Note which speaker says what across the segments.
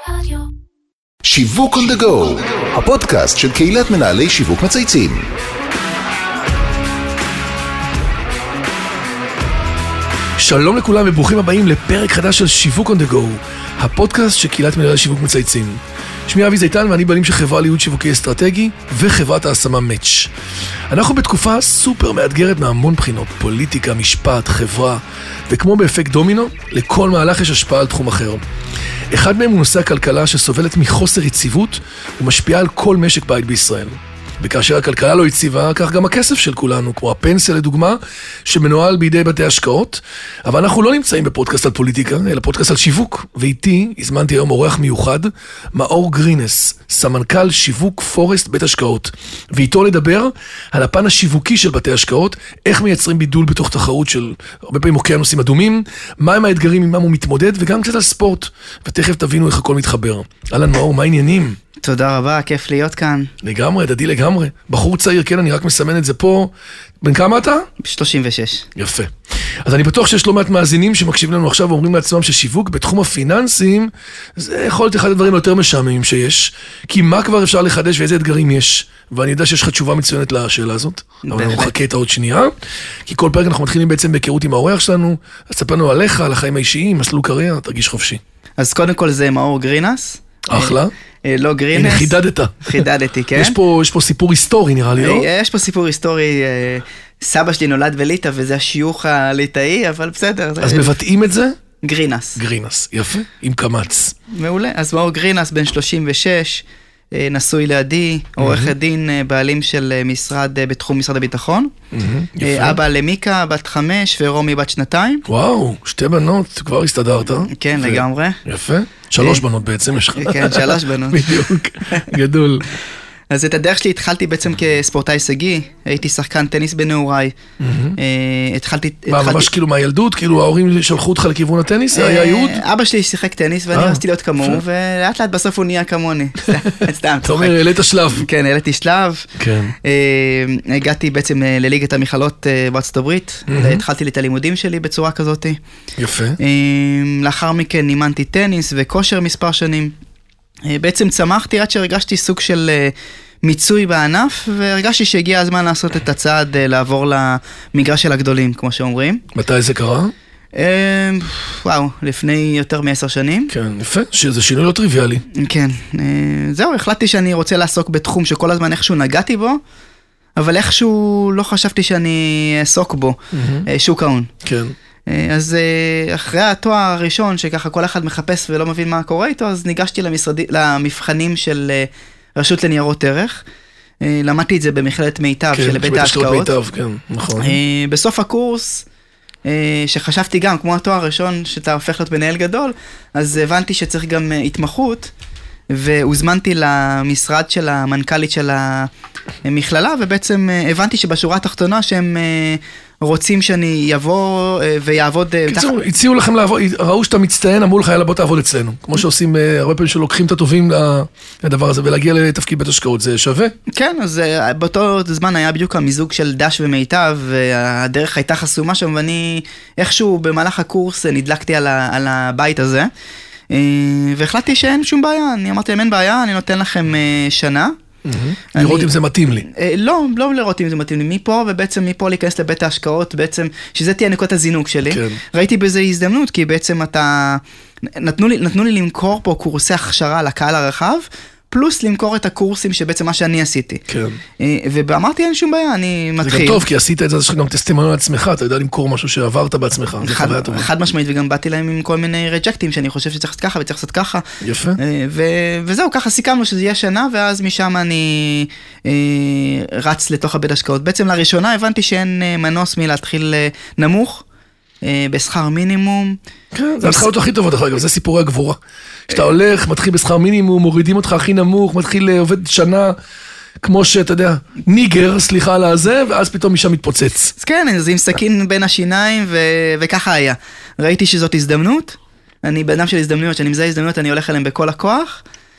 Speaker 1: שיווק on the go, הפודקאסט של קהילת מנהלי שיווק מצייצים.
Speaker 2: שלום לכולם וברוכים הבאים לפרק חדש של שיווק on the go, הפודקאסט של קהילת מנהלי שיווק מצייצים. שמי אבי זיתן ואני בעלים של חברה לייעוד שיווקי אסטרטגי וחברת ההשמה מאץ'. אנחנו בתקופה סופר מאתגרת מהמון בחינות, פוליטיקה, משפט, חברה, וכמו באפקט דומינו, לכל מהלך יש השפעה על תחום אחר. אחד מהם הוא נושא הכלכלה שסובלת מחוסר יציבות ומשפיעה על כל משק בית בישראל. וכאשר הכלכלה לא יציבה, כך גם הכסף של כולנו, כמו הפנסיה לדוגמה, שמנוהל בידי בתי השקעות. אבל אנחנו לא נמצאים בפודקאסט על פוליטיקה, אלא פודקאסט על שיווק. ואיתי הזמנתי היום אורח מיוחד, מאור גרינס, סמנכ"ל שיווק פורסט בית השקעות. ואיתו לדבר על הפן השיווקי של בתי השקעות, איך מייצרים בידול בתוך תחרות של הרבה פעמים אוקיינוסים אדומים, מהם האתגרים עם מה הוא מתמודד, וגם קצת על ספורט. ותכף תבינו איך הכל מתחבר. אהלן מאור, מה העניינים?
Speaker 3: תודה רבה, כיף להיות כאן.
Speaker 2: לגמרי, דדי לגמרי. בחור צעיר, כן, אני רק מסמן את זה פה. בן כמה אתה?
Speaker 3: 36.
Speaker 2: יפה. אז אני בטוח שיש לא מעט מאזינים שמקשיבים לנו עכשיו ואומרים לעצמם ששיווק בתחום הפיננסים, זה יכול להיות אחד הדברים היותר משעממים שיש, כי מה כבר אפשר לחדש ואיזה אתגרים יש? ואני יודע שיש לך תשובה מצוינת לשאלה הזאת, אבל אני מחכה את עוד שנייה, כי כל פרק אנחנו מתחילים בעצם בהיכרות עם האורח שלנו, אז ספרנו עליך, על החיים האישיים, מסלול קריירה, תרגיש חופשי.
Speaker 3: אז קודם כל זה מאור גרינס.
Speaker 2: אחלה.
Speaker 3: לא גרינס.
Speaker 2: הנה, חידדת.
Speaker 3: חידדתי, כן.
Speaker 2: יש פה סיפור היסטורי, נראה לי, לא?
Speaker 3: יש פה סיפור היסטורי. סבא שלי נולד בליטא, וזה השיוך הליטאי, אבל בסדר.
Speaker 2: אז מבטאים את זה?
Speaker 3: גרינס.
Speaker 2: גרינס, יפה, עם קמץ.
Speaker 3: מעולה. אז מאור גרינס, בן 36, נשוי לידי, עורך הדין, בעלים של משרד בתחום משרד הביטחון. אבא למיקה, בת 5, ורומי בת 2.
Speaker 2: וואו, 2 בנות, כבר הסתדרת.
Speaker 3: כן, לגמרי.
Speaker 2: יפה. 3 בנות בעצם יש לך.
Speaker 3: כן, 3 בנות.
Speaker 2: בדיוק, גדול.
Speaker 3: אז את הדרך שלי התחלתי בעצם כספורטאי הישגי, הייתי שחקן טניס בנעוריי.
Speaker 2: מה, ממש כאילו מהילדות? כאילו ההורים שלחו אותך לכיוון הטניס? זה היה ייעוד?
Speaker 3: אבא שלי שיחק טניס ואני רציתי להיות כמוהו, ולאט לאט בסוף הוא נהיה כמוני. סתם.
Speaker 2: אתה אומר, העלית שלב.
Speaker 3: כן, העליתי שלב.
Speaker 2: כן.
Speaker 3: הגעתי בעצם לליגת המכללות בארצות הברית, התחלתי את הלימודים שלי בצורה כזאת.
Speaker 2: יפה.
Speaker 3: לאחר מכן אימנתי טניס וכושר מספר שנים. בעצם צמחתי עד שהרגשתי סוג של מיצוי בענף, והרגשתי שהגיע הזמן לעשות את הצעד לעבור למגרש של הגדולים, כמו שאומרים.
Speaker 2: מתי זה קרה?
Speaker 3: וואו, לפני יותר מ10 שנים.
Speaker 2: כן, יפה, שזה שינוי לא טריוויאלי.
Speaker 3: כן, זהו, החלטתי שאני רוצה לעסוק בתחום שכל הזמן איכשהו נגעתי בו, אבל איכשהו לא חשבתי שאני אעסוק בו, שוק ההון.
Speaker 2: כן.
Speaker 3: אז אחרי התואר הראשון, שככה כל אחד מחפש ולא מבין מה קורה איתו, אז ניגשתי למבחנים של רשות לניירות ערך. למדתי את זה במכללת מיטב של בית ההשקעות.
Speaker 2: כן, נכון.
Speaker 3: בסוף הקורס, שחשבתי גם, כמו התואר הראשון, שאתה הופך להיות מנהל גדול, אז הבנתי שצריך גם התמחות, והוזמנתי למשרד של המנכ"לית של המכללה, ובעצם הבנתי שבשורה התחתונה שהם רוצים שאני יבוא ויעבוד.
Speaker 2: קיצור, הציעו לכם לעבוד, ראו שאתה מצטיין, אמרו לך, יאללה בוא תעבוד אצלנו. כמו שעושים הרבה פעמים שלוקחים את הטובים לדבר הזה, ולהגיע לתפקיד בית השקעות, זה שווה?
Speaker 3: כן, אז באותו זמן היה בדיוק המיזוג של דש ומיטב, והדרך הייתה חסומה שם, ואני איכשהו במהלך הקורס נדלקתי על הבית הזה, והחלטתי שאין שום בעיה, אני אמרתי להם אין בעיה, אני נותן לכם שנה.
Speaker 2: לראות אם זה מתאים לי.
Speaker 3: לא לראות אם זה מתאים לי, מפה ובעצם מפה להיכנס לבית ההשקעות, בעצם שזה תהיה נקודת הזינוק שלי. ראיתי בזה הזדמנות, כי בעצם נתנו לי למכור פה קורסי הכשרה לקהל הרחב, פלוס למכור את הקורסים שבעצם מה שאני עשיתי.
Speaker 2: כן.
Speaker 3: ואמרתי, אין שום בעיה, אני מתחיל.
Speaker 2: זה גם טוב, כי עשית את זה, יש לך גם טסטימון על עצמך, אתה יודע למכור משהו שעברת בעצמך.
Speaker 3: חד משמעית, וגם באתי להם עם כל מיני רג'קטים, שאני חושב שצריך לעשות ככה וצריך לעשות ככה.
Speaker 2: יפה.
Speaker 3: וזהו, ככה סיכמנו שזה יהיה שנה, ואז משם אני רץ לתוך הבית השקעות. בעצם לראשונה הבנתי שאין מנוס מלהתחיל נמוך, בשכר מינימום.
Speaker 2: כן, זה התחלות הכי טובות, אגב, זה סיפורי הגבורה. כשאתה הולך, מתחיל בשכר מינימום, מורידים אותך הכי נמוך, מתחיל עובד שנה, כמו שאתה יודע, ניגר, סליחה על הזה, ואז פתאום משם מתפוצץ.
Speaker 3: אז כן, אז עם סכין בין השיניים, וככה היה. ראיתי שזאת הזדמנות, אני באדם של הזדמנויות, שאני מזהה הזדמנויות, אני הולך אליהם בכל הכוח,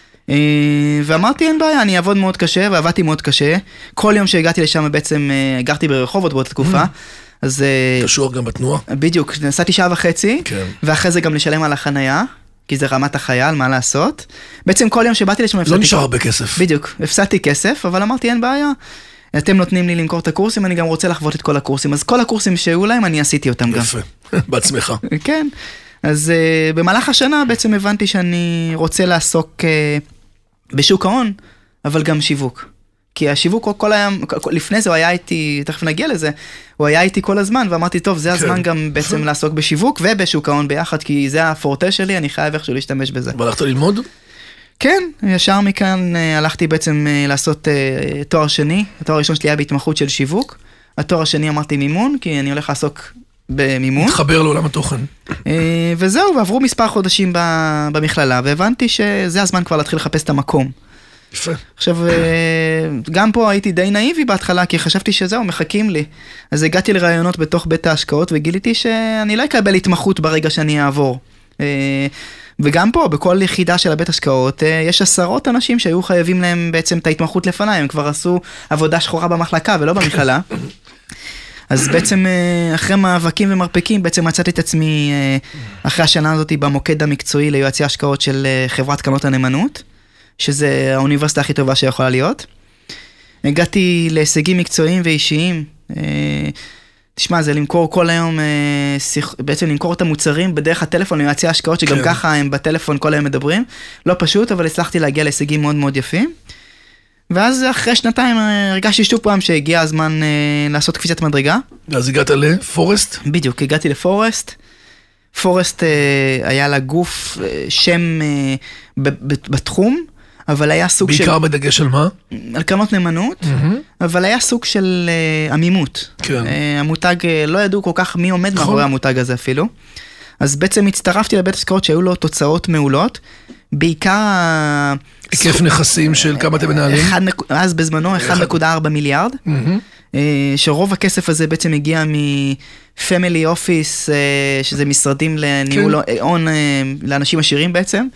Speaker 3: ואמרתי אין בעיה, אני אעבוד מאוד קשה, ועבדתי מאוד קשה. כל יום שהגעתי לשם בעצם, גרתי ברחובות באותה תקופה, אז...
Speaker 2: קשור גם בתנועה.
Speaker 3: בדיוק, נסעתי 1.5 שעה, ואחרי זה גם לשלם על החנייה. כי זה רמת החייל, מה לעשות. בעצם כל יום שבאתי לשם
Speaker 2: לא נשאר הרבה כסף.
Speaker 3: בדיוק, הפסדתי כסף, אבל אמרתי אין בעיה. אתם נותנים לי למכור את הקורסים, אני גם רוצה לחוות את כל הקורסים. אז כל הקורסים שהיו להם, אני עשיתי אותם גם.
Speaker 2: יפה, בעצמך.
Speaker 3: כן. אז במהלך השנה בעצם הבנתי שאני רוצה לעסוק בשוק ההון, אבל גם שיווק. כי השיווק כל היום, לפני זה הוא היה איתי, תכף נגיע לזה, הוא היה איתי כל הזמן, ואמרתי, טוב, זה הזמן גם בעצם לעסוק בשיווק ובשוק ההון ביחד, כי זה הפורטה שלי, אני חייב איכשהו להשתמש בזה.
Speaker 2: והלכת ללמוד?
Speaker 3: כן, ישר מכאן הלכתי בעצם לעשות תואר שני, התואר הראשון שלי היה בהתמחות של שיווק, התואר השני אמרתי מימון, כי אני הולך לעסוק במימון.
Speaker 2: התחבר לעולם התוכן.
Speaker 3: וזהו, ועברו מספר חודשים במכללה, והבנתי שזה הזמן כבר להתחיל לחפש את המקום.
Speaker 2: יפה.
Speaker 3: עכשיו, גם פה הייתי די נאיבי בהתחלה, כי חשבתי שזהו, מחכים לי. אז הגעתי לרעיונות בתוך בית ההשקעות, וגיליתי שאני לא אקבל התמחות ברגע שאני אעבור. וגם פה, בכל יחידה של הבית השקעות, יש עשרות אנשים שהיו חייבים להם בעצם את ההתמחות לפניי, הם כבר עשו עבודה שחורה במחלקה ולא במכללה. אז בעצם אחרי מאבקים ומרפקים, בעצם מצאתי את עצמי אחרי השנה הזאת במוקד המקצועי ליועצי השקעות של חברת קרנות הנאמנות, שזה האוניברסיטה הכי טובה שיכולה להיות. הגעתי להישגים מקצועיים ואישיים, תשמע, זה למכור כל היום, בעצם למכור את המוצרים בדרך הטלפון ליועצי השקעות, שגם ככה הם בטלפון כל היום מדברים, לא פשוט, אבל הצלחתי להגיע להישגים מאוד מאוד יפים. ואז אחרי שנתיים הרגשתי שוב פעם שהגיע הזמן לעשות קפיצת מדרגה.
Speaker 2: אז הגעת לפורסט?
Speaker 3: בדיוק, הגעתי לפורסט. פורסט היה לה גוף שם בתחום, אבל היה סוג של...
Speaker 2: בעיקר בדגש על מה?
Speaker 3: על קרנות נאמנות, אבל היה סוג של עמימות.
Speaker 2: כן.
Speaker 3: המותג, לא ידעו כל כך מי עומד מאחורי המותג הזה אפילו. אז בעצם הצטרפתי לבית השקעות שהיו לו תוצאות מעולות, בעיקר...
Speaker 2: היקף נכסים של כמה אתם מנהלים?
Speaker 3: אז בזמנו 1.4 מיליארד, שרוב הכסף הזה בעצם הגיע מ-Family Office, שזה משרדים לניהול הון לאנשים עשירים בעצם,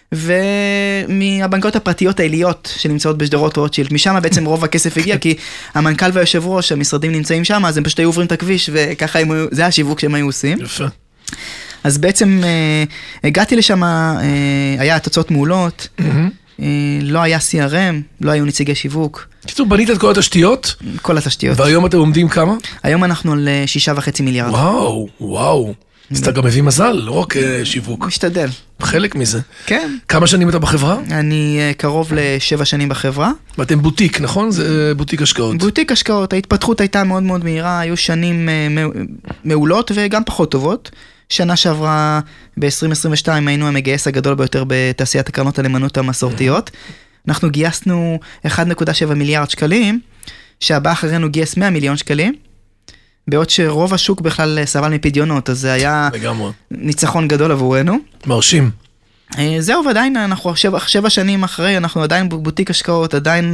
Speaker 3: ומהבנקות הפרטיות העיליות שנמצאות בשדרות רוטשילד, משם בעצם רוב הכסף הגיע, כי המנכ"ל והיושב ראש, המשרדים נמצאים שם, אז הם פשוט היו עוברים את הכביש, וככה זה השיווק שהם היו עושים.
Speaker 2: יפה.
Speaker 3: אז בעצם הגעתי לשם, היה תוצאות מעולות, לא היה CRM, לא היו נציגי שיווק.
Speaker 2: קיצור, בנית את כל התשתיות?
Speaker 3: כל התשתיות.
Speaker 2: והיום אתם עומדים כמה?
Speaker 3: היום אנחנו על 6.5 מיליארד.
Speaker 2: וואו, וואו. אז אתה גם מביא מזל, לא רק שיווק.
Speaker 3: משתדל.
Speaker 2: חלק מזה.
Speaker 3: כן.
Speaker 2: כמה שנים אתה בחברה?
Speaker 3: אני קרוב ל7 שנים בחברה.
Speaker 2: ואתם בוטיק, נכון? זה בוטיק השקעות.
Speaker 3: בוטיק השקעות, ההתפתחות הייתה מאוד מאוד מהירה, היו שנים מעולות וגם פחות טובות. שנה שעברה, ב-2022, היינו המגייס הגדול ביותר בתעשיית הקרנות הנאמנות המסורתיות. אנחנו גייסנו 1.7 מיליארד שקלים, שהבא אחרינו גייס 100 מיליון שקלים, בעוד שרוב השוק בכלל סבל מפדיונות, אז זה היה ניצחון גדול עבורנו.
Speaker 2: מרשים.
Speaker 3: זהו, ועדיין אנחנו 7 שנים אחרי, אנחנו עדיין בוטיק השקעות, עדיין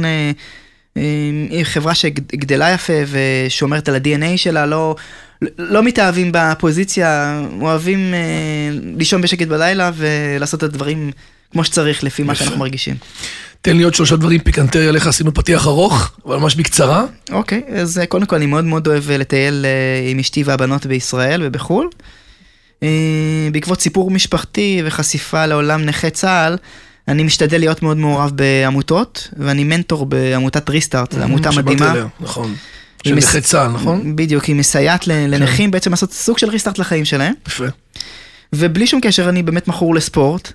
Speaker 3: חברה שגדלה יפה ושומרת על ה-DNA שלה, לא מתאהבים בפוזיציה, אוהבים לישון בשקט בלילה ולעשות את הדברים כמו שצריך לפי מה שאנחנו מרגישים.
Speaker 2: תן לי עוד 3 דברים פיקנטריה, עליך עשינו פתיח ארוך, אבל ממש בקצרה.
Speaker 3: אוקיי, אז קודם כל אני מאוד מאוד אוהב לטייל עם אשתי והבנות בישראל ובחול. בעקבות סיפור משפחתי וחשיפה לעולם נכי צה"ל, אני משתדל להיות מאוד מעורב בעמותות, ואני מנטור בעמותת ריסטארט, זו עמותה מדהימה.
Speaker 2: נכון. של נכי צה"ל, נכון?
Speaker 3: בדיוק, היא מסייעת לנכים בעצם לעשות סוג של ריסטארט לחיים שלהם.
Speaker 2: יפה.
Speaker 3: ובלי שום קשר אני באמת מכור לספורט.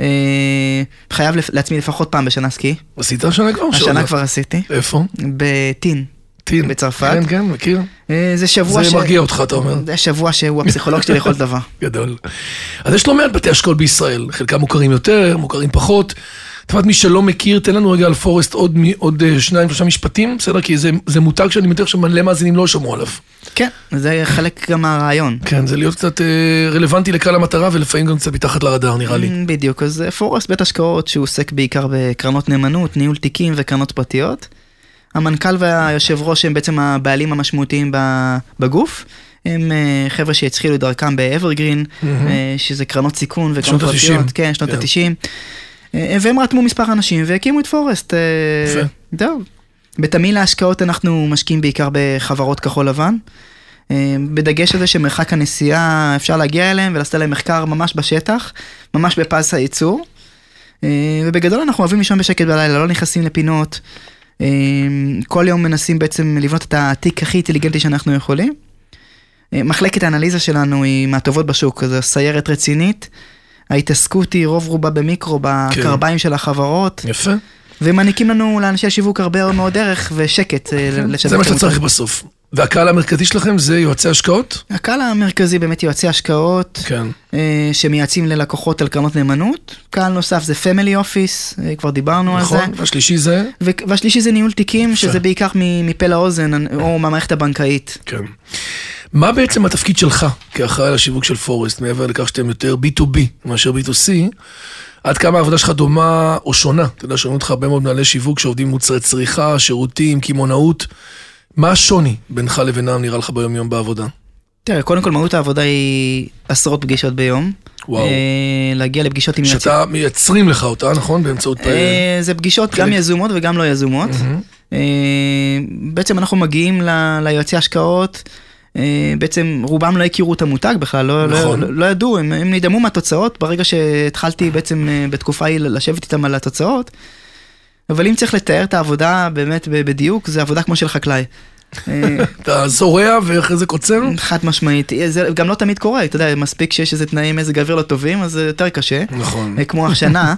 Speaker 3: חייב לעצמי לפחות פעם בשנה סקי.
Speaker 2: עשית השנה כבר?
Speaker 3: השנה כבר עשיתי.
Speaker 2: איפה?
Speaker 3: בטין.
Speaker 2: טין.
Speaker 3: בצרפת.
Speaker 2: כן, כן, מכיר.
Speaker 3: זה שבוע
Speaker 2: זה מרגיע אותך, אתה אומר.
Speaker 3: זה שבוע שהוא הפסיכולוג שלי לכל דבר.
Speaker 2: גדול. אז יש לא מעט בתי השקעות בישראל, חלקם מוכרים יותר, מוכרים פחות. תפת מי שלא מכיר, תן לנו רגע על פורסט עוד 2-3 משפטים, בסדר? כי זה מותג שאני מניח שמלא מאזינים לא שמעו עליו.
Speaker 3: כן, זה חלק גם מהרעיון.
Speaker 2: כן, זה להיות קצת רלוונטי לקהל המטרה, ולפעמים גם קצת מתחת לרדאר, נראה לי.
Speaker 3: בדיוק, אז פורסט בית השקעות שהוא עוסק בעיקר בקרנות נאמנות, ניהול תיקים וקרנות פרטיות. המנכ"ל והיושב ראש הם בעצם הבעלים המשמעותיים בגוף. הם חבר'ה שהצחילו את דרכם באברגרין, שזה קרנות סיכון וקרנות פרטיות. כן, שנות ה-90. והם רתמו מספר אנשים והקימו את פורסט. זהו. בתמיל ההשקעות אנחנו משקיעים בעיקר בחברות כחול לבן. בדגש הזה שמרחק הנסיעה אפשר להגיע אליהם ולעשות להם מחקר ממש בשטח, ממש בפס הייצור. ובגדול אנחנו אוהבים לישון בשקט בלילה, לא נכנסים לפינות. כל יום מנסים בעצם לבנות את התיק הכי אינטליגנטי שאנחנו יכולים. מחלקת האנליזה שלנו היא מהטובות בשוק, זו סיירת רצינית. ההתעסקות היא רוב רובה במיקרו, בקרביים של החברות.
Speaker 2: יפה.
Speaker 3: ומעניקים לנו לאנשי השיווק הרבה מאוד ערך ושקט.
Speaker 2: זה מה שאתה צריך בסוף. והקהל המרכזי שלכם זה יועצי השקעות?
Speaker 3: הקהל המרכזי באמת יועצי השקעות, שמייעצים ללקוחות על קרנות נאמנות. קהל נוסף זה פמילי אופיס, כבר דיברנו על זה.
Speaker 2: נכון, והשלישי זה?
Speaker 3: והשלישי זה ניהול תיקים, שזה בעיקר מפה לאוזן, או מהמערכת הבנקאית.
Speaker 2: כן. מה בעצם התפקיד שלך כאחראי על השיווק של פורסט, מעבר לכך שאתם יותר B2B מאשר B2C, עד כמה העבודה שלך דומה או שונה? אתה יודע, שומעים אותך הרבה מאוד מנהלי שיווק שעובדים מוצרי צריכה, שירותים, קמעונאות. מה השוני בינך לבינם נראה לך ביום יום בעבודה?
Speaker 3: תראה, קודם כל מהות העבודה היא עשרות פגישות ביום.
Speaker 2: וואו.
Speaker 3: להגיע לפגישות עם
Speaker 2: שאתה מייצרים לך אותה, נכון? באמצעות
Speaker 3: זה פגישות גם יזומות וגם לא יזומות. בעצם אנחנו מגיעים ליועצי השקעות, בעצם רובם לא הכירו את המותג בכלל, לא ידעו, הם נדמו מהתוצאות, ברגע שהתחלתי בעצם בתקופה היא לשבת איתם על התוצאות, אבל אם צריך לתאר את העבודה באמת בדיוק, זה עבודה כמו של חקלאי.
Speaker 2: אתה זורע ואחרי זה קוצר?
Speaker 3: חד משמעית, זה גם לא תמיד קורה, אתה יודע, מספיק שיש איזה תנאים מזג אוויר לא טובים, אז זה יותר קשה.
Speaker 2: נכון.
Speaker 3: כמו השנה,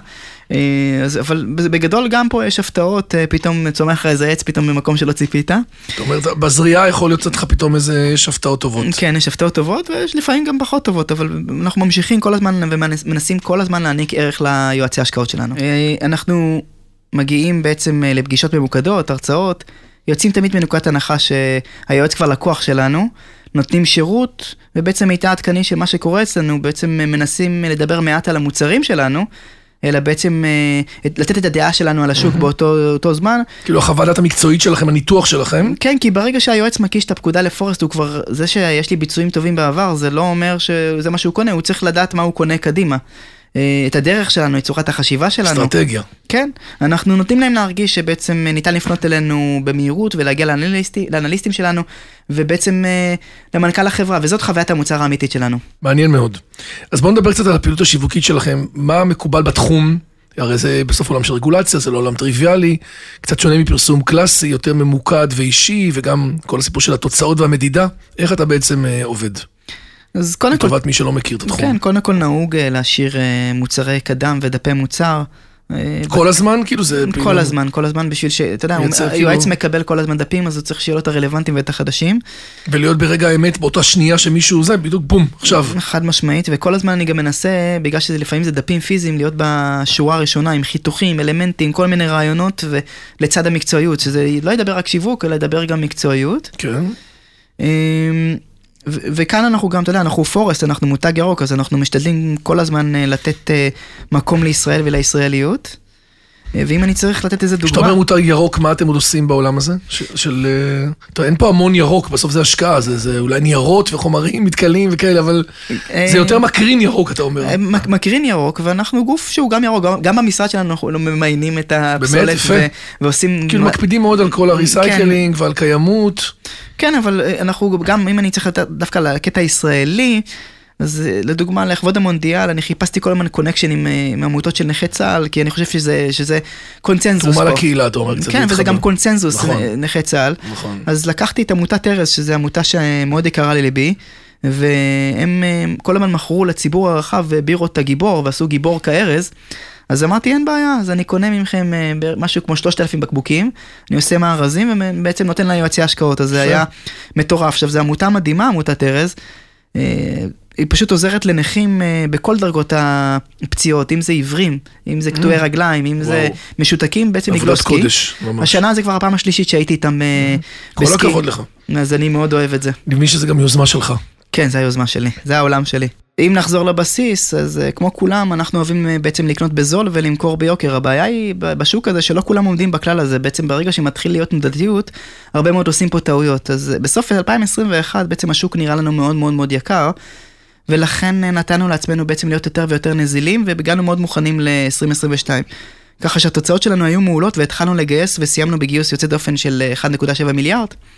Speaker 3: אבל בגדול גם פה יש הפתעות, פתאום צומח לך איזה עץ, פתאום במקום שלא ציפית.
Speaker 2: זאת אומרת, בזריעה יכול להיות לך פתאום יש הפתעות טובות.
Speaker 3: כן, יש הפתעות טובות, ויש לפעמים גם פחות טובות, אבל אנחנו ממשיכים כל הזמן, ומנסים כל הזמן להעניק ערך ליועצי ההשקעות שלנו. אנחנו מגיעים בעצם לפגישות ממוקדות, הרצאות, יוצאים תמיד מנקודת הנחה שהיועץ כבר לקוח שלנו, נותנים שירות, ובעצם מידע עדכני של מה שקורה אצלנו, בעצם מנסים לדבר מעט על המוצרים שלנו, אלא בעצם לתת את הדעה שלנו על השוק באותו זמן.
Speaker 2: כאילו החוות דעת המקצועית שלכם, הניתוח שלכם?
Speaker 3: כן, כי ברגע שהיועץ מקיש את הפקודה לפורסט, הוא כבר, זה שיש לי ביצועים טובים בעבר, זה לא אומר שזה מה שהוא קונה, הוא צריך לדעת מה הוא קונה קדימה. את הדרך שלנו, את צורת החשיבה שלנו.
Speaker 2: אסטרטגיה.
Speaker 3: כן, אנחנו נותנים להם להרגיש שבעצם ניתן לפנות אלינו במהירות ולהגיע לאנליסטים שלנו, ובעצם למנכ"ל החברה, וזאת חוויית המוצר האמיתית שלנו.
Speaker 2: מעניין מאוד. אז בואו נדבר קצת על הפעילות השיווקית שלכם. מה מקובל בתחום? הרי זה בסוף עולם של רגולציה, זה לא עולם טריוויאלי, קצת שונה מפרסום קלאסי, יותר ממוקד ואישי, וגם כל הסיפור של התוצאות והמדידה. איך אתה בעצם עובד?
Speaker 3: אז קודם כל,
Speaker 2: לטובת מי שלא מכיר את התחום.
Speaker 3: כן, קודם כל נהוג להשאיר מוצרי קדם ודפי מוצר.
Speaker 2: כל הזמן? כאילו זה...
Speaker 3: כל הזמן בשביל אתה יודע, היועץ מקבל כל הזמן דפים, אז הוא צריך שיהיה לו את הרלוונטיים ואת החדשים.
Speaker 2: ולהיות ברגע האמת באותה שנייה שמישהו זה, בדיוק בום, עכשיו.
Speaker 3: חד משמעית, וכל הזמן אני גם מנסה, בגלל שלפעמים זה דפים פיזיים, להיות בשורה הראשונה עם חיתוכים, אלמנטים, כל מיני רעיונות, ולצד המקצועיות, שזה לא ידבר רק שיווק, אלא ידבר גם מקצועיות.
Speaker 2: כן.
Speaker 3: וכאן אנחנו גם, אתה יודע, אנחנו פורסט, אנחנו מותג ירוק, אז אנחנו משתדלים כל הזמן לתת מקום לישראל ולישראליות. ואם אני צריך לתת איזה דוגמה...
Speaker 2: כשאתה אומר מותג ירוק, מה אתם עוד עושים בעולם הזה? אין פה המון ירוק, בסוף זה השקעה, זה אולי ניירות וחומרים מתקלים וכאלה, אבל זה יותר מקרין ירוק, אתה אומר.
Speaker 3: מקרין ירוק, ואנחנו גוף שהוא גם ירוק, גם במשרד שלנו אנחנו ממיינים את הפסולת ועושים...
Speaker 2: כאילו מקפידים מאוד על כל הריסייקלינג ועל קיימות.
Speaker 3: כן, אבל אנחנו גם, אם אני צריך לתת דווקא לקטע הישראלי, אז לדוגמה, לכבוד המונדיאל, אני חיפשתי כל הזמן קונקשן עם עמותות של נכי צה"ל, כי אני חושב שזה קונצנזוס פה.
Speaker 2: תרומה לקהילה, אתה אומר קצת.
Speaker 3: כן, וזה גם קונצנזוס, נכי צה"ל. אז לקחתי את עמותת ארז, שזו עמותה שמאוד יקרה לי לבי, והם כל הזמן מכרו לציבור הרחב בירות הגיבור, ועשו גיבור כארז. אז אמרתי, אין בעיה, אז אני קונה ממכם משהו כמו 3,000 בקבוקים, אני עושה מארזים, ובעצם נותן לה יועצי השקעות, אז זה היה מטורף. עכשיו, זו עמותה מדהימה, עמותת ארז, היא פשוט עוזרת לנכים בכל דרגות הפציעות, אם זה עיוורים, אם זה קטועי רגליים, אם זה משותקים, בעצם נגלוסקי. השנה זה כבר הפעם השלישית שהייתי איתם בסקי.
Speaker 2: כל הכבוד לך.
Speaker 3: אז אני מאוד אוהב את זה.
Speaker 2: נדמה שזה גם יוזמה שלך.
Speaker 3: כן, זה היוזמה שלי, זה העולם שלי. אם נחזור לבסיס, אז כמו כולם, אנחנו אוהבים בעצם לקנות בזול ולמכור ביוקר. הבעיה היא בשוק הזה שלא כולם עומדים בכלל הזה. בעצם ברגע שמתחיל להיות תנודתיות, הרבה מאוד עושים פה טעויות. אז בסוף 2021 בעצם השוק נראה לנו מאוד מאוד מאוד יקר, ולכן נתנו לעצמנו בעצם להיות יותר ויותר נזילים, ובגענו מאוד מוכנים ל-2022. ככה שהתוצאות שלנו היו מעולות, והתחלנו לגייס וסיימנו בגיוס יוצא דופן של 1.7 מיליארד.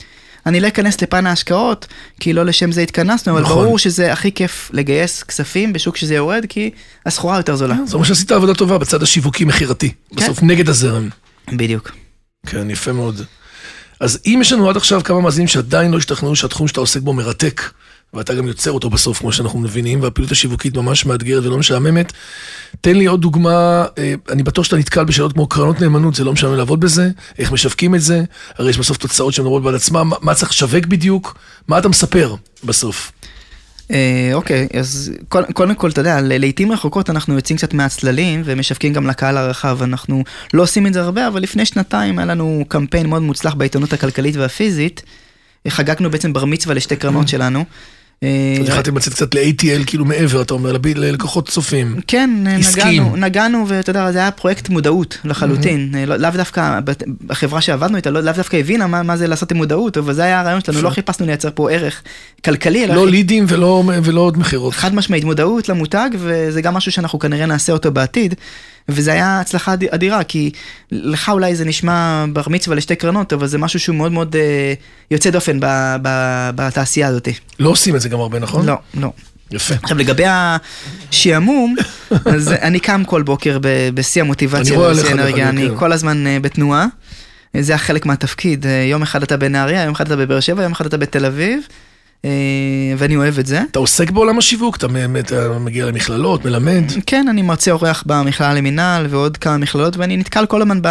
Speaker 3: אני לא אכנס לפן ההשקעות, כי לא לשם זה התכנסנו, אבל ברור שזה הכי כיף לגייס כספים בשוק שזה יורד, כי הסחורה יותר זולה.
Speaker 2: זאת אומרת שעשית עבודה טובה בצד השיווקי מחירתי, בסוף נגד הזרם.
Speaker 3: בדיוק.
Speaker 2: כן, יפה מאוד. אז אם יש לנו עד עכשיו כמה מאזינים שעדיין לא השתכנעו שהתחום שאתה עוסק בו מרתק, ואתה גם יוצר אותו בסוף, כמו שאנחנו מבינים, והפעילות השיווקית ממש מאתגרת ולא משעממת, תן לי עוד דוגמה, אני בטוח שאתה נתקל בשאלות כמו קרנות נאמנות, זה לא משעמם לעבוד בזה, איך משווקים את זה, הרי יש בסוף תוצאות שמדברות בעד עצמם, מה צריך לשווק בדיוק, מה אתה מספר בסוף?
Speaker 3: אוקיי, אז קודם כל, אתה יודע, לעתים רחוקות אנחנו יוצאים קצת מהצללים, ומשווקים גם לקהל הרחב, אנחנו לא עושים את זה הרבה, אבל לפני שנתיים היה לנו קמפיין מאוד מוצלח בעיתונות הכלכלית והפיזית, חגגנו בעצם בר מצווה לשתי קרנות שלנו.
Speaker 2: אז יכלתם לצאת קצת ל-ATL, כאילו מעבר, אתה אומר, ללקוחות צופים.
Speaker 3: כן, נגענו, ואתה יודע, זה היה פרויקט מודעות לחלוטין. לאו דווקא, החברה שעבדנו איתה, לאו דווקא הבינה מה זה לעשות עם מודעות, אבל זה היה הרעיון שלנו, לא חיפשנו לייצר פה ערך כלכלי.
Speaker 2: לא לידים ולא עוד מחירות.
Speaker 3: חד משמעית, מודעות למותג, וזה גם משהו שאנחנו כנראה נעשה אותו בעתיד. וזה היה הצלחה אדירה, כי לך אולי זה נשמע בר מצווה לשתי קרנות, אבל זה משהו שהוא מאוד מאוד יוצא דופן בתעשייה הזאת.
Speaker 2: לא עושים את זה גם הרבה, נכון?
Speaker 3: לא, לא.
Speaker 2: יפה.
Speaker 3: עכשיו, לגבי השעמום, אז אני קם כל בוקר בשיא המוטיבציה, בשיא האנרגיה, אני כל הזמן בתנועה, זה החלק מהתפקיד. יום אחד אתה בנהריה, יום אחד אתה בבאר שבע, יום אחד אתה בתל אביב, ואני אוהב את זה.
Speaker 2: אתה עוסק בעולם השיווק, אתה מגיע למכללות, מלמד.
Speaker 3: כן, אני מרצה אורח במכללה למינהל ועוד כמה מכללות, ואני נתקל כל הזמן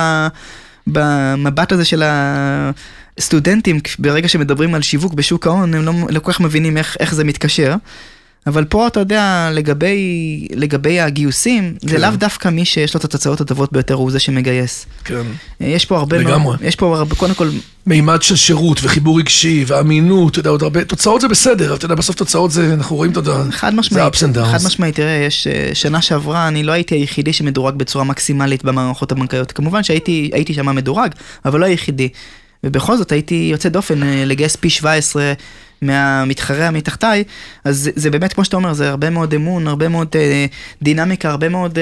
Speaker 3: במבט הזה של הסטודנטים, ברגע שמדברים על שיווק בשוק ההון, הם לא כל כך מבינים איך זה מתקשר. אבל פה אתה יודע, לגבי הגיוסים, זה לאו דווקא מי שיש לו את התוצאות הטובות ביותר, הוא זה שמגייס.
Speaker 2: כן.
Speaker 3: יש פה הרבה
Speaker 2: לגמרי.
Speaker 3: יש פה הרבה, קודם כל...
Speaker 2: מימד של שירות וחיבור רגשי ואמינות, אתה יודע, עוד הרבה, תוצאות זה בסדר, אתה יודע, בסוף תוצאות זה, אנחנו רואים, אתה יודע, זה ups and downs.
Speaker 3: חד משמעית, תראה, יש שנה שעברה, אני לא הייתי היחידי שמדורג בצורה מקסימלית במערכות הבנקאיות. כמובן שהייתי שם מדורג, אבל לא היחידי. ובכל זאת הייתי יוצא דופן לגייס פי 17 מהמתחרה מתחתיי, אז זה באמת, כמו שאתה אומר, זה הרבה מאוד אמון, הרבה מאוד דינמיקה, הרבה מאוד,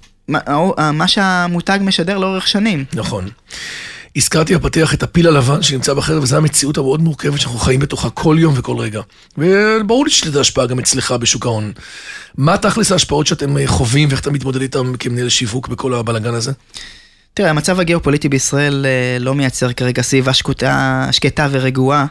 Speaker 3: מה שהמותג משדר לאורך שנים.
Speaker 2: נכון. הזכרתי בפתיח את הפיל הלבן שנמצא בחדר, וזו המציאות המאוד מורכבת שאנחנו חיים בתוכה כל יום וכל רגע. וברור לי שתדע השפעה גם אצלך בשוק ההון. מה תכלס ההשפעות שאתם חווים, ואיך אתה מתמודד איתם כמנהל שיווק בכל הבלגן הזה?
Speaker 3: תראה, המצב הגיאופוליטי בישראל לא מייצר כרגע סביבה שקטה ורגועה.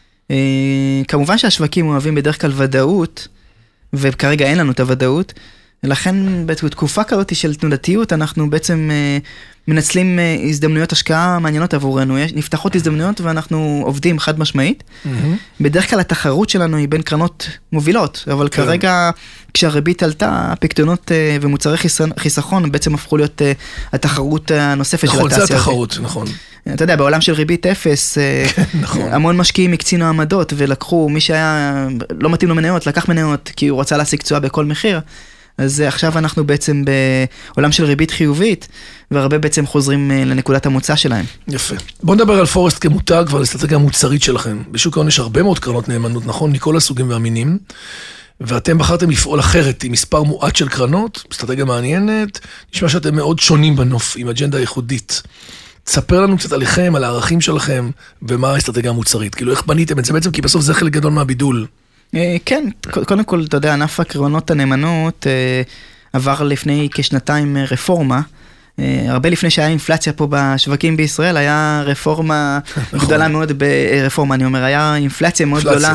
Speaker 3: כמובן שהשווקים אוהבים בדרך כלל ודאות, וכרגע אין לנו את הוודאות, לכן בתקופה כזאת של תנודתיות אנחנו בעצם מנצלים הזדמנויות השקעה מעניינות עבורנו, נפתחות הזדמנויות ואנחנו עובדים חד משמעית. בדרך כלל התחרות שלנו היא בין קרנות מובילות, אבל כרגע כשהריבית עלתה, הפקדונות ומוצרי חיסכון בעצם הפכו להיות התחרות הנוספת של התעשייה.
Speaker 2: נכון, זה התחרות, נכון.
Speaker 3: אתה יודע, בעולם של ריבית אפס, המון משקיעים הקצינו עמדות ולקחו, מי שהיה לא מתאים לו מניות, לקח מניות כי הוא רצה להשיג תשואה בכל מחיר. אז עכשיו אנחנו בעצם בעולם של ריבית חיובית, והרבה בעצם חוזרים לנקודת המוצא שלהם.
Speaker 2: יפה. בוא נדבר על פורסט כמותג ועל האסטרטגיה המוצרית שלכם. בשוק ההון יש הרבה מאוד קרנות נאמנות, נכון? מכל הסוגים והמינים. ואתם בחרתם לפעול אחרת עם מספר מועט של קרנות, אסטרטגיה מעניינת, נשמע שאתם מאוד שונים בנוף, עם אג'נדה ייחודית. תספר לנו קצת עליכם, על הערכים שלכם, ומה האסטרטגיה המוצרית. כאילו, איך בניתם את זה בעצם? כי בסוף זה חלק גדול מהבידול.
Speaker 3: כן, קודם כל, אתה יודע, ענף הקרנות הנאמנות עבר לפני כשנתיים רפורמה, הרבה לפני שהיה אינפלציה פה בשווקים בישראל, היה רפורמה גדולה מאוד, ברפורמה אני אומר, היה אינפלציה מאוד גדולה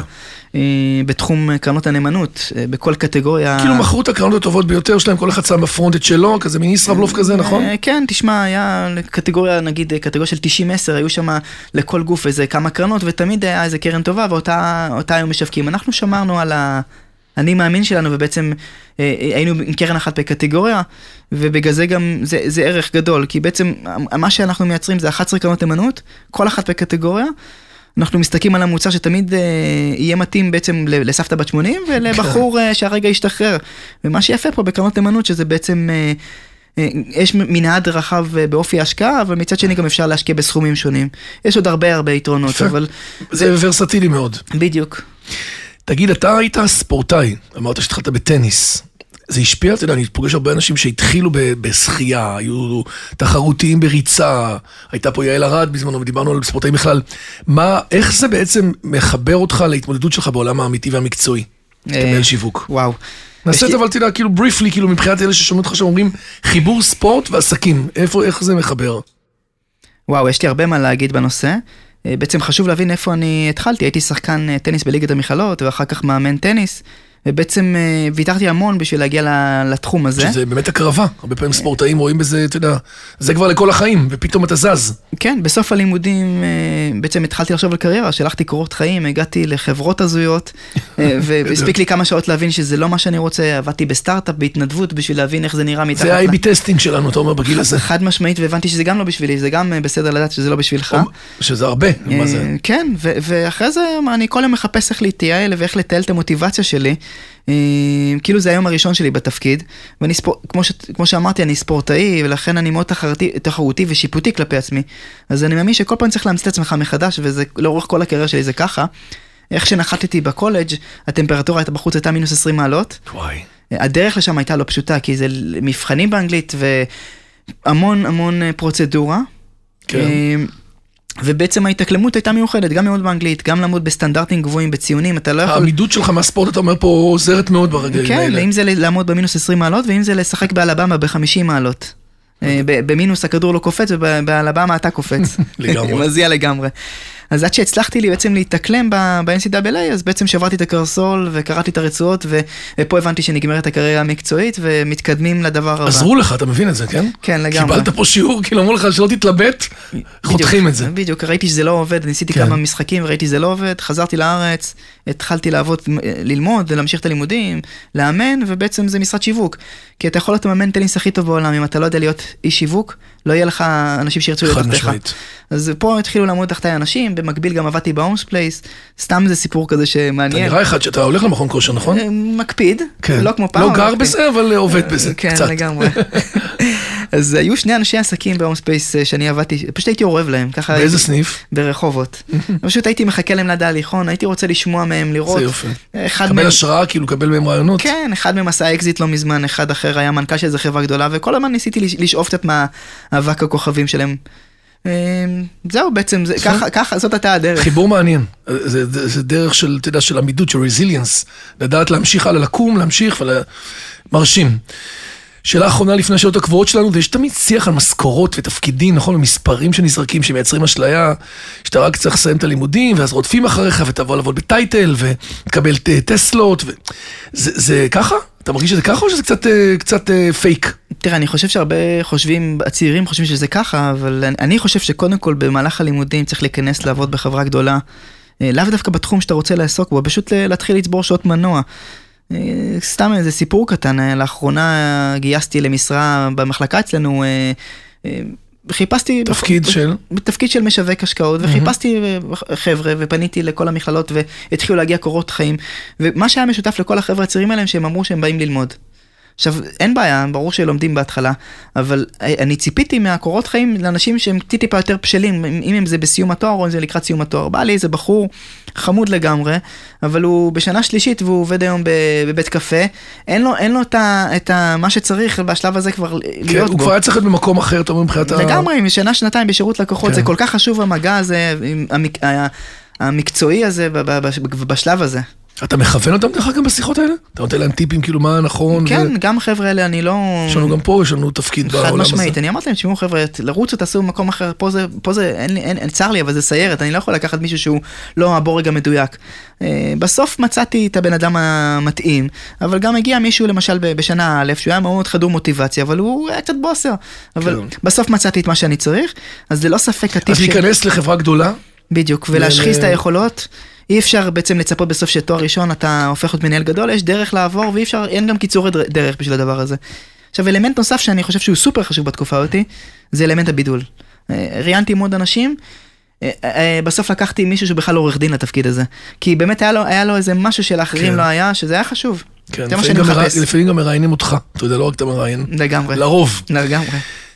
Speaker 3: בתחום קרנות הנאמנות, בכל קטגוריה.
Speaker 2: כאילו מכרו את הקרנות הטובות ביותר שלהם, כל אחד שם בפרונט את שלו, כזה מין ישראבלוף כזה, נכון?
Speaker 3: כן, תשמע, היה קטגוריה, נגיד, קטגוריה של 90-10, היו שם לכל גוף איזה כמה קרנות, ותמיד היה איזה קרן טובה, ואותה היו משווקים. אנחנו שמרנו על אני מאמין שלנו, ובעצם היינו עם קרן אחת בקטגוריה, ובגלל זה גם זה ערך גדול, כי בעצם מה שאנחנו מייצרים זה 11 קרנות נאמנות, כל אחת בקטגוריה, אנחנו מסתכלים על המוצר שתמיד יהיה מתאים בעצם לסבתא בת 80, ולבחור שהרגע ישתחרר. ומה שיפה פה בקרנות נאמנות, שזה בעצם יש מנעד רחב באופי ההשקעה, אבל מצד שני גם אפשר להשקיע בסכומים שונים. יש עוד הרבה יתרונות, אבל
Speaker 2: זה ורסטילי מאוד.
Speaker 3: בדיוק.
Speaker 2: תגיד, אתה היית ספורטאי, אמרת שהתחלת בטניס. זה השפיע, אתה יודע, אני פוגש הרבה אנשים שהתחילו בשחייה, היו תחרותיים בריצה, הייתה פה יעל ארד בזמנו, ודיברנו על ספורטאים בכלל. איך זה בעצם מחבר אותך להתמודדות שלך בעולם האמיתי והמקצועי? כמנהל שיווק.
Speaker 3: וואו.
Speaker 2: נעשה את זה, אבל תדע, כאילו בריפלי, כאילו מבחינת אלה ששומעים אותך שאומרים, חיבור ספורט ועסקים, איך זה מחבר?
Speaker 3: וואו, יש לי הרבה מה להגיד בנושא. בעצם חשוב להבין איפה אני התחלתי. הייתי שחקן טניס בליגת המכללות, ואחר כך מאמן טניס, ובעצם ויתרתי המון בשביל להגיע לתחום הזה.
Speaker 2: שזה באמת הקרבה. הרבה פעמים ספורטאים רואים בזה, אתה יודע, זה כבר לכל החיים, ופתאום אתה זז.
Speaker 3: כן, בסוף הלימודים בעצם התחלתי לחשוב על קריירה, שלחתי קורות חיים, הגעתי לחברות הזויות, והספיק לי כמה שעות להבין שזה לא מה שאני רוצה, עבדתי בסטארט-אפ, בהתנדבות, בשביל להבין איך זה נראה מתחת.
Speaker 2: זה ה-AB טסטינג שלנו, אתה אומר, בגיל הזה.
Speaker 3: חד משמעית, והבנתי שזה גם לא בשבילי, זה גם בסדר לדעת שזה לא בשבילך.
Speaker 2: שזה הרבה, מה זה?
Speaker 3: כן, ואחרי זה אני כל יום מחפש איך להתייעל ואיך לטייל את המוטיבציה שלי. כאילו זה היום הראשון שלי בתפקיד, כמו שאמרתי, אני ספורטאי, ולכן אני מאוד תחרותי ושיפוטי כלפי עצמי. אז אני מאמין שכל פעם צריך להמציא את עצמך מחדש, וזה לאורך כל הקריירה שלי זה ככה. איך שנחתתי בקולג' הטמפרטורה הייתה בחוץ הייתה מינוס 20 מעלות.
Speaker 2: וואי.
Speaker 3: הדרך לשם הייתה לא פשוטה, כי זה מבחנים באנגלית והמון פרוצדורה.
Speaker 2: כן.
Speaker 3: ובעצם ההתאקלמות הייתה מיוחדת, גם ללמוד באנגלית, גם לעמוד בסטנדרטים גבוהים, בציונים, אתה לא יכול...
Speaker 2: העמידות שלך מהספורט, אתה אומר פה, עוזרת מאוד ברגעים האלה.
Speaker 3: כן, אם זה לעמוד במינוס 20 מעלות, ואם זה לשחק באלבמה ב-50 מעלות. במינוס הכדור לא קופץ, ובאלבמה אתה קופץ.
Speaker 2: לגמרי.
Speaker 3: מזיע לגמרי. אז עד שהצלחתי לי בעצם להתאקלם ב-NCAA, אז בעצם שברתי את הקרסול וקראתי את הרצועות, ופה הבנתי שנגמרת הקריירה המקצועית, ומתקדמים לדבר הבא.
Speaker 2: עזרו לך, אתה מבין את זה, כן?
Speaker 3: כן, לגמרי.
Speaker 2: קיבלת פה שיעור, כאילו אמרו לך שלא תתלבט, חותכים את זה.
Speaker 3: בדיוק, ראיתי שזה לא עובד, ניסיתי כמה משחקים, וראיתי שזה לא עובד, חזרתי לארץ, התחלתי ללמוד, להמשיך את הלימודים, לאמן, ובעצם זה משרד שיווק. כי אתה יכול להיות מאמן טניס הכי טוב בעולם, אם אתה לא יודע להיות איש שיווק, לא יהיה לך אנשים שירצו להיות תחתיך. אז פה התחילו לעמוד תחתי אנשים, במקביל גם עבדתי בהומס פלייס, סתם זה סיפור כזה שמעניין.
Speaker 2: אתה נראה אחד שאתה הולך למכון כושר, נכון?
Speaker 3: מקפיד, לא כמו פעם.
Speaker 2: לא גר בזה, אבל עובד בזה, קצת.
Speaker 3: כן, לגמרי. אז היו שני אנשי עסקים בהומס פלייס שאני עבדתי, פשוט הייתי עורב להם.
Speaker 2: באיזה סניף?
Speaker 3: ברחובות. פשוט הייתי מחכה להם ליד ההליכון, הייתי רוצה לשמוע מהם, לראות.
Speaker 2: זה יופי. קבל השראה, כאילו, קבל מהם רעיונות.
Speaker 3: כן, אחד מהם עשה אקזיט לא מזמן, אחד אחר היה מנכ"ל של איזה חברה גדולה, וכל הזמן ניסיתי לשאוף קצת מהאבק הכוכבים שלהם. זהו בעצם, ככה, זאת הייתה הדרך.
Speaker 2: חיבור מעניין. זה דרך של, אתה יודע, של עמידות, של resilience. לדעת להמשיך הלאה, לקום, להמשיך מרשים. שאלה אחרונה לפני השאלות הקבועות שלנו, ויש תמיד שיח על משכורות ותפקידים, נכון? ומספרים שנזרקים, שמייצרים אשליה, שאתה רק צריך לסיים את הלימודים, ואז רודפים אחריך, ותבוא לעבוד בטייטל, ותקבל טסלות, זה ככה? אתה מרגיש שזה ככה, או שזה קצת פייק?
Speaker 3: תראה, אני חושב שהרבה הצעירים חושבים שזה ככה, אבל אני חושב שקודם כל במהלך הלימודים צריך להיכנס לעבוד בחברה גדולה, לאו דווקא בתחום שאתה רוצה לעסוק בו, פשוט להתחיל לצבור שעות מנוע. סתם איזה סיפור קטן, לאחרונה גייסתי למשרה במחלקה אצלנו, חיפשתי... תפקיד של משווק השקעות, וחיפשתי חבר'ה, ופניתי לכל המכללות, והתחילו להגיע קורות חיים, ומה שהיה משותף לכל החבר'ה הצעירים האלה, שהם אמרו שהם באים ללמוד. עכשיו, אין בעיה, ברור שלומדים בהתחלה, אבל אני ציפיתי מהקורות חיים לאנשים שהם טיפה יותר בשלים, אם זה בסיום התואר או אם זה לקראת סיום התואר. בא לי איזה בחור חמוד לגמרי, אבל הוא בשנה שלישית והוא עובד היום בבית קפה, אין לו את מה שצריך בשלב הזה כבר להיות בו.
Speaker 2: הוא כבר היה צריך להיות במקום אחר, אתה אומר מבחינת
Speaker 3: לגמרי, משנה, שנתיים בשירות לקוחות, זה כל כך חשוב המגע הזה, המקצועי הזה בשלב הזה.
Speaker 2: אתה מכוון אותם דרך גם בשיחות האלה? אתה נותן להם טיפים כאילו מה נכון?
Speaker 3: כן, גם חבר'ה האלה, אני לא...
Speaker 2: יש לנו גם פה, יש לנו תפקיד בעולם הזה.
Speaker 3: חד משמעית, אני אמרתי להם, תשמעו חבר'ה, לרוצו, תעשו במקום אחר, פה זה, אין צר לי, אבל זה סיירת, אני לא יכול לקחת מישהו שהוא לא הבורג המדויק. בסוף מצאתי את הבן אדם המתאים, אבל גם הגיע מישהו למשל בשנה א', שהוא היה מאוד חדור מוטיבציה, אבל הוא היה קצת בוסר. אבל בסוף מצאתי את מה שאני צריך, אז זה לא ספק עתיף.
Speaker 2: אז להיכנס לחברה גדולה?
Speaker 3: בדיוק, ולהשחיז את היכולות. אי אפשר בעצם לצפות בסוף שתואר ראשון אתה הופך להיות מנהל גדול, יש דרך לעבור ואי אפשר, אין גם קיצורי דרך בשביל הדבר הזה. עכשיו, אלמנט נוסף שאני חושב שהוא סופר חשוב בתקופה אותי, זה אלמנט הבידול. ראיינתי מאוד אנשים, בסוף לקחתי מישהו שבכלל לא עורך דין לתפקיד הזה, כי באמת היה לו איזה משהו שלאחרים לא היה, שזה היה חשוב.
Speaker 2: כן, לפעמים גם מראיינים אותך, אתה יודע, לא רק אתה מראיין.
Speaker 3: לגמרי.
Speaker 2: לרוב.
Speaker 3: לגמרי.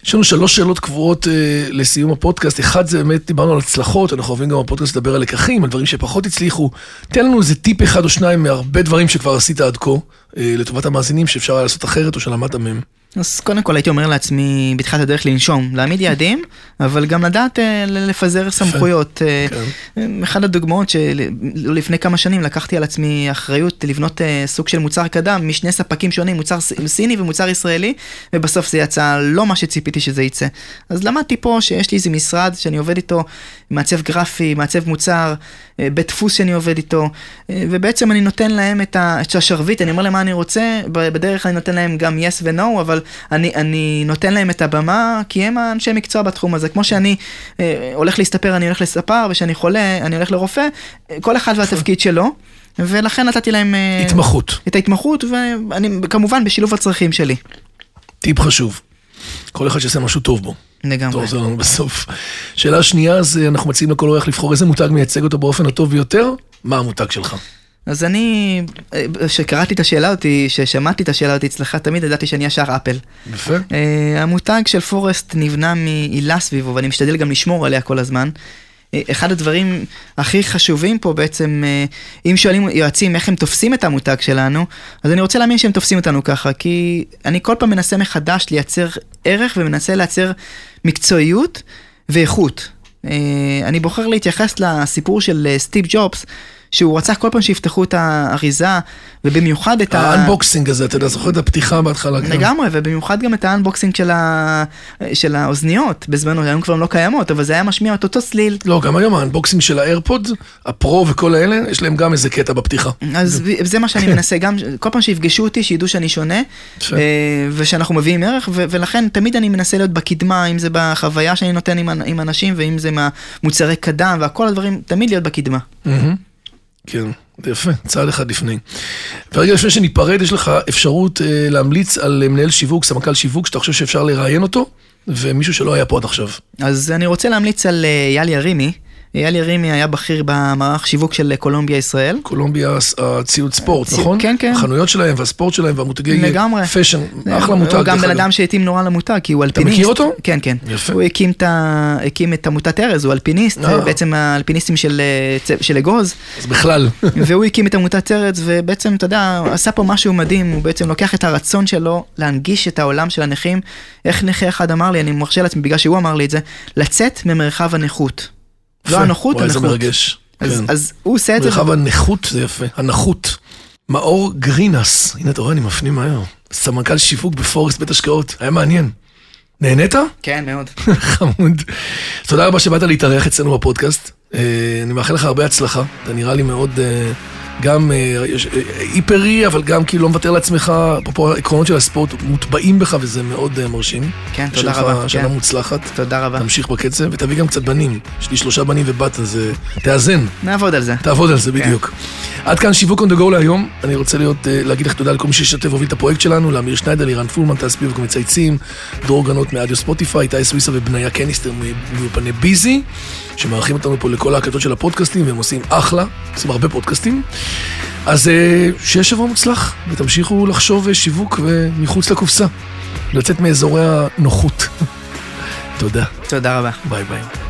Speaker 2: יש לנו 3 שאלות קבועות לסיום הפודקאסט. אחד זה באמת, דיברנו על הצלחות, אנחנו אוהבים גם בפודקאסט לדבר על לקחים, על דברים שפחות הצליחו. תן לנו איזה טיפ אחד או שניים מהרבה דברים שכבר עשית עד כה, לטובת המאזינים שאפשר היה לעשות אחרת או שלמדת מהם.
Speaker 3: אז קודם כל הייתי אומר לעצמי בתחילת הדרך לנשום, להעמיד יעדים, אבל גם לדעת לפזר סמכויות. אחד הדוגמאות שלפני כמה שנים לקחתי על עצמי אחריות לבנות סוג של מוצר קדם, משני ספקים שונים, מוצר סיני ומוצר ישראלי, ובסוף זה יצא לא מה שציפיתי שזה יצא. אז למדתי פה שיש לי איזה משרד שאני עובד איתו, מעצב גרפי, מעצב מוצר, בית דפוס שאני עובד איתו, ובעצם אני נותן להם את השרביט, אני אומר להם מה אני רוצה, בדרך אני נותן להם גם yes ו-no, אבל אני נותן להם את הבמה, כי הם האנשי מקצוע בתחום הזה. כמו שאני הולך להסתפר, אני הולך לספר, ושאני חולה, אני הולך לרופא, כל אחד והתפקיד שלו, ולכן נתתי להם
Speaker 2: התמחות.
Speaker 3: את ההתמחות, ואני כמובן בשילוב הצרכים שלי.
Speaker 2: טיפ חשוב. כל אחד שעושה משהו טוב בו.
Speaker 3: לגמרי.
Speaker 2: טוב, זה לנו בסוף. שאלה שנייה, אז אנחנו מציעים לכל אורח לבחור איזה מותג מייצג אותו באופן הטוב ביותר. מה המותג שלך?
Speaker 3: אז אני, שקראתי את השאלה אותי, ששמעתי את השאלה אותי אצלך, תמיד ידעתי שאני ישר אפל.
Speaker 2: יפה.
Speaker 3: המותג של פורסט נבנה מעילה סביבו, ואני משתדל גם לשמור עליה כל הזמן. אחד הדברים הכי חשובים פה בעצם, אם שואלים יועצים איך הם תופסים את המותג שלנו, אז אני רוצה להאמין שהם תופסים אותנו ככה, כי אני כל פעם מנסה מחדש לייצר ערך, ומנסה לייצר מקצועיות ואיכות. אני בוחר להתייחס לסיפור של סטיב ג'ובס, שהוא רצה כל פעם שיפתחו את האריזה, ובמיוחד את
Speaker 2: האנבוקסינג הזה, אתה יודע, זוכר את הפתיחה בהתחלה.
Speaker 3: לגמרי, ובמיוחד גם את האנבוקסינג של האוזניות, בזמנו, היום כבר לא קיימות, אבל זה היה משמיע את אותו סליל.
Speaker 2: לא, גם היום האנבוקסינג של האיירפוד, הפרו וכל האלה, יש להם גם איזה קטע בפתיחה.
Speaker 3: אז זה מה שאני מנסה, גם כל פעם שיפגשו אותי, שידעו שאני שונה, ושאנחנו מביאים ערך, ולכן תמיד אני מנסה להיות בקדמה, אם זה בחוויה שאני נותן עם אנשים, ואם זה מהמוצרי קדם, והכל הדברים, תמיד להיות בקדמה.
Speaker 2: כן, זה יפה, צעד אחד לפני. ורגע לפני שניפרד, יש לך אפשרות להמליץ על מנהל שיווק, סמנכ"ל שיווק, שאתה חושב שאפשר לראיין אותו, ומישהו שלא היה פה עד עכשיו.
Speaker 3: אז אני רוצה להמליץ על אייל ירימי. אייל ירימי היה בכיר במערך שיווק של קולומביה ישראל.
Speaker 2: קולומביה, הציוד ספורט, נכון?
Speaker 3: כן, כן.
Speaker 2: החנויות שלהם והספורט שלהם והמותגי פשן, אחלה מותג.
Speaker 3: הוא גם בן אדם שהתאים נורא למותג, כי הוא אלפיניסט.
Speaker 2: אתה מכיר אותו?
Speaker 3: כן, כן.
Speaker 2: יפה.
Speaker 3: הוא הקים את עמותת ארז, הוא אלפיניסט, בעצם האלפיניסטים של אגוז.
Speaker 2: אז בכלל.
Speaker 3: והוא הקים את עמותת ארז, ובעצם, אתה יודע, עשה פה משהו מדהים, הוא בעצם לוקח את הרצון שלו להנגיש את העולם של הנכים. איך נכה אחד אמר לי, אני מרשה לעצמי, בגלל שהוא אמר לי את זה, לצאת ממרחב הנכות. לא הנוחות, הנכות.
Speaker 2: זה מרגש.
Speaker 3: אז הוא עושה את זה.
Speaker 2: מרחב הנכות זה יפה, הנכות. מאור גרינס, הנה אתה רואה, אני מפנים מהר. סמנכ"ל שיווק בפורסט בית השקעות, היה מעניין. נהנית?
Speaker 3: כן, מאוד.
Speaker 2: חמוד. תודה רבה שבאת להתארח אצלנו בפודקאסט. אני מאחל לך הרבה הצלחה. אתה נראה לי מאוד גם היפרי, אבל גם כאילו לא מוותר לעצמך, אפרופו העקרונות של הספורט מוטבעים בך, וזה מאוד מרשים.
Speaker 3: כן, תודה רבה.
Speaker 2: שנה מוצלחת.
Speaker 3: תודה רבה.
Speaker 2: תמשיך בקצב, ותביא גם קצת בנים. יש לי 3 בנים ובת, אז תאזן.
Speaker 3: נעבוד על זה.
Speaker 2: תעבוד על זה, בדיוק. עד כאן שיווק on the go להיום. אני רוצה להגיד לך תודה לכל מי שישתף והוביל את הפרויקט שלנו, לאמיר שניידר, לירן פולמן, טל ספיבק ומצייצים, דרור גנות מאדיו ספוטיפיי, איתי סוויסה ובניה קניסטר מאולפני ביזי, שמארחים אותנו פה לכל ההקלטות של הפודקאסטים, והם עושים אחלה, עושים הרבה פודקאסטים. אז שיהיה שבוע מוצלח, ותמשיכו לחשוב שיווק ומחוץ לקופסה, לצאת מאזורי הנוחות. תודה.
Speaker 3: תודה רבה.
Speaker 2: ביי ביי.